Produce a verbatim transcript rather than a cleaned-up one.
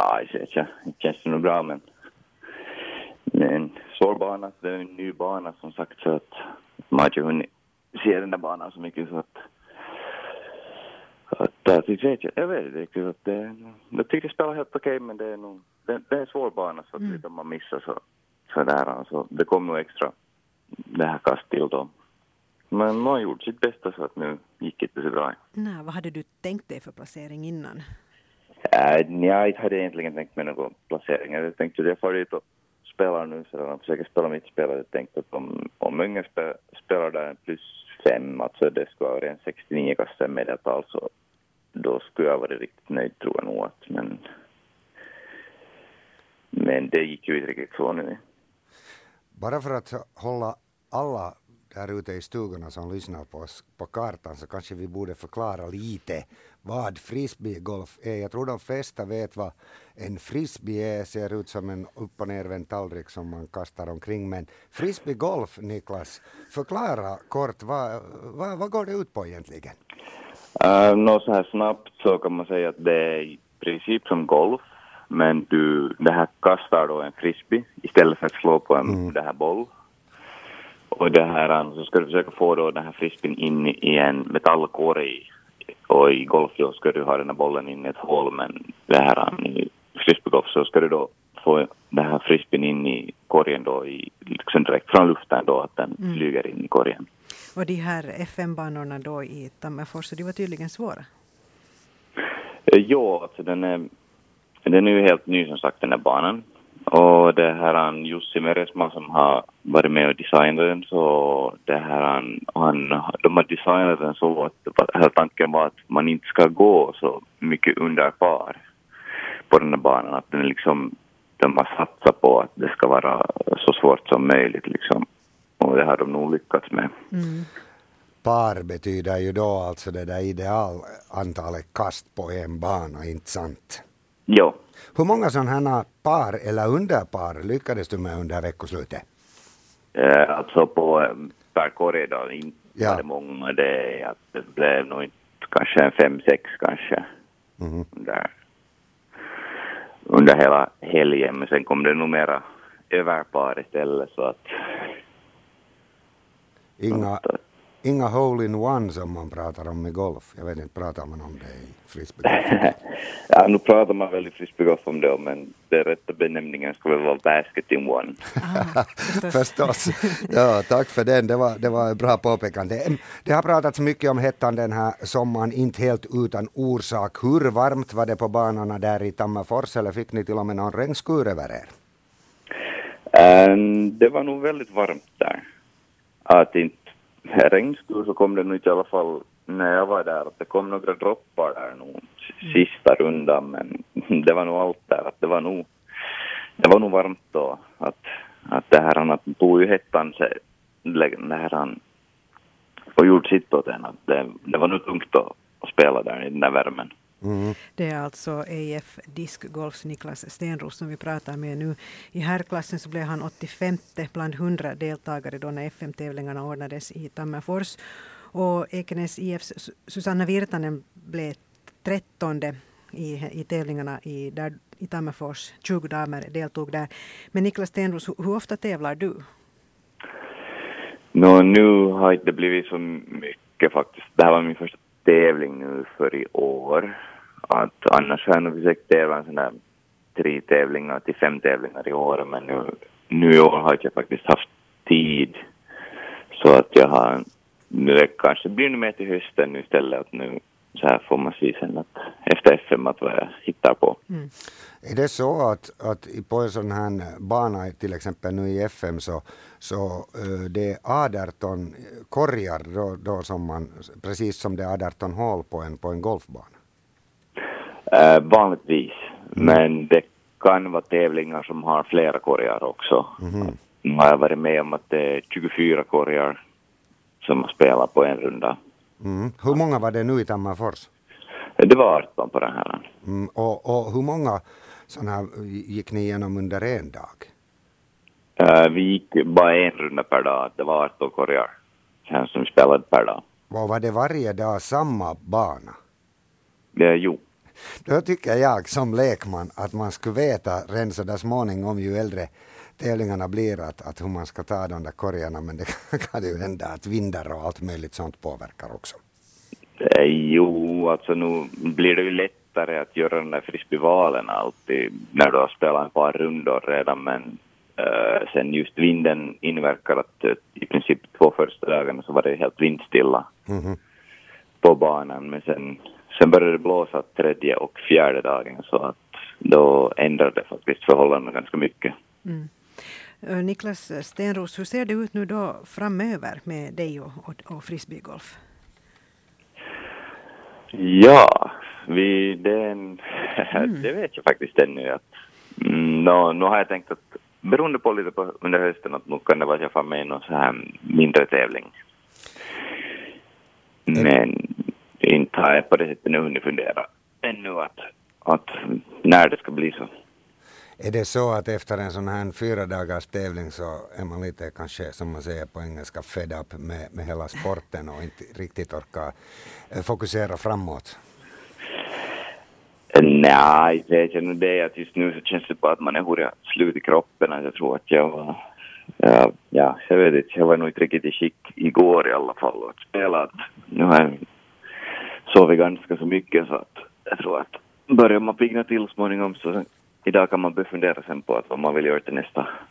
Ja, det känns, det känns nog bra, men men svår bana, det är en ny bana som sagt, så att man har inte hunnit se den där banan så mycket, så att att det vet jag, jag vet inte att det, jag tycker det spelar helt okej, men det är nog det, det är en svår bana, så att mm. om man missar så så där, så det kommer nog extra det här kast till då. Men man har gjort sitt bästa, så att nu gick det så bra. Nej, vad hade du tänkt dig för placering innan? Äh, nej, jag hade egentligen tänkt mig någon placering. Jag tänkte att jag får dit och spelar nu, så de försöker spela mitt spel. Jag tänkte att om, om många spe, spelar där en plus fem, alltså det skulle vara en sextionio kast medeltal, så då skulle jag vara riktigt nöjd, tror jag nog. Att, men, men det gick ju inte riktigt så nu. Bara för att hålla alla där ute i stugorna som lyssnar på oss på kartan, så kanske vi borde förklara lite vad frisbeegolf är. Jag tror de flesta vet vad en frisbee är, ser ut som en upp- och nervänd tallrik som man kastar omkring. Men frisbeegolf, Niklas, förklara kort, vad, vad, vad går det ut på egentligen? Uh, nå så här snabbt så kan man säga att det är i princip som golf, men du det här kastar då en frisbee istället för att slå på en mm. det här boll. Och det här, så ska du försöka få då den här frisbeen in i en metallkorg. Och i golf då ska du ha den här bollen in i ett hål, men det här i frisbeegolf så ska du då få den här frisbeen in i korgen då, i, liksom direkt från luften då, att den mm. flyger in i korgen. Och de här F M-banorna då i Tammerfors, så de var tydligen svåra? Ja, alltså den är, den är ju helt ny som sagt, den här banan. Och det här han Jussi Meresma som har varit med och designat den, så det här han, han de har designat den så att här tanken var att man inte ska gå så mycket under par på den här banan, att den liksom de har satsat på att det ska vara så svårt som möjligt liksom, och det har de nog lyckats med. Mm. Par betyder ju då alltså det där ideal antalet kast på en bana, inte sant? Jo. Hur många sådana par eller underpar lyckades du med under veckoslutet? Eh, alltså på per korridor inte ja. var det många. Det, att det blev nog inte, kanske en fem, sex kanske. Mm-hmm. Under, under hela helgen. Men sen kom det nog mera överpar istället, så att... Inga... Inga hole-in-one som man pratar om i golf. Jag vet inte, pratar man om det i frisbeegolf? Ja, nu pratar man väl i frisbeegolf om det, men det rätta benämningen ska väl vara basket-in-one. Ah, förstås. Ja, tack för den. Det var, det var ett bra påpekande. Det har pratats mycket om hettan den här sommaren, inte helt utan orsak. Hur varmt var det på banorna där i Tammerfors, eller fick ni till och med någon regnskur över er? Um, det var nog väldigt varmt där. Att inte regnskur så kom det nog i alla fall när jag var där, att det kom några droppar där nog sista rundan, men det var nog allt där, att det var nog det var nog varmt då, att, att det här han tog ju hettan sig, det här han och gjort sitt åt den, att det, det var nog tungt att, att spela där i den där värmen. Mm. Det är alltså A F Discgolfs Niklas Stenros som vi pratar med nu. I herrklassen så blev han åttiofemte bland hundra deltagare då när F M-tävlingarna ordnades i Tammerfors. Och Ekenäs I F:s Susanna Virtanen blev trettonde i, i tävlingarna i, där, i Tammerfors. tjugo damer deltog där. Men Niklas Stenros, hur, hur ofta tävlar du? Nå, nu har det blivit så mycket faktiskt. Det här var min första tävling nu för i år. Att annars har jag nog försökt tävla en sån där tre tävlingar till fem tävlingar i år. Men nu, nu i år har jag faktiskt haft tid. Så att jag har, nu det kanske blir nu med till hösten nu istället. Att nu så här får man se sen att efter F M att vad jag hittar på. Mm. Är det så att, att på en sån här bana till exempel nu i F M så, så uh, det är arton korgar då, då som man, precis som det är arton hål på en, på en golfbana? Uh, vanligtvis, mm. men det kan vara tävlingar som har flera korgar också. Mm. Nu har jag varit med om att det är tjugofyra korgar som man spelar på en runda. Mm. Hur många var det nu i Tammerfors? Det var arton på den här. Mm. Och, och hur många sådana gick ni igenom under en dag? Uh, vi gick bara en runda per dag. Det var arton korgar sen som spelade per dag. Och var det varje dag samma bana? Uh, jo. Då tycker jag som lekman att man skulle veta redan så där småningom ju äldre tävlingarna blir att, att hur man ska ta de där korgarna, men det kan ju hända att vindar och allt möjligt sånt påverkar också. Eh, jo, alltså nu blir det ju lättare att göra den där frisbeevalen alltid när du har spelat en par rundor redan, men uh, sen just vinden inverkar att uh, i princip två första dagarna så var det helt vindstilla mm-hmm. på banan, men sen, sen började det blåsa tredje och fjärde dagen så att då ändrade faktiskt förhållandena ganska mycket. Mm. Niklas Stenros, hur ser det ut nu då framöver med dig och, och, och frisbeegolf? Ja, vi, det, är en, mm. det vet jag faktiskt ännu. Att, mm, no, nu har jag tänkt att beroende på lite på under hösten att nu kan det vara att jag får med någon så här mindre tävling. Men inte har jag på det sättet nu hunnit fundera ännu att, att när det ska bli så. Är det så att efter en sån här fyra dagars tävling så är man lite kanske, som man säger på engelska, fed up med, med hela sporten och inte riktigt orkar fokusera framåt? Nej, det känner det att just nu så känns det bara att man är hurra slut i kroppen. Jag tror att jag var, ja, ja, jag vet inte, jag var nog inte riktigt i skick igår i alla fall och att spela. Att nu har jag sovit ganska så mycket så att jag tror att börjar man pigna till småningom så idag kan man börja fundera sen på att vad man vill göra till nästa,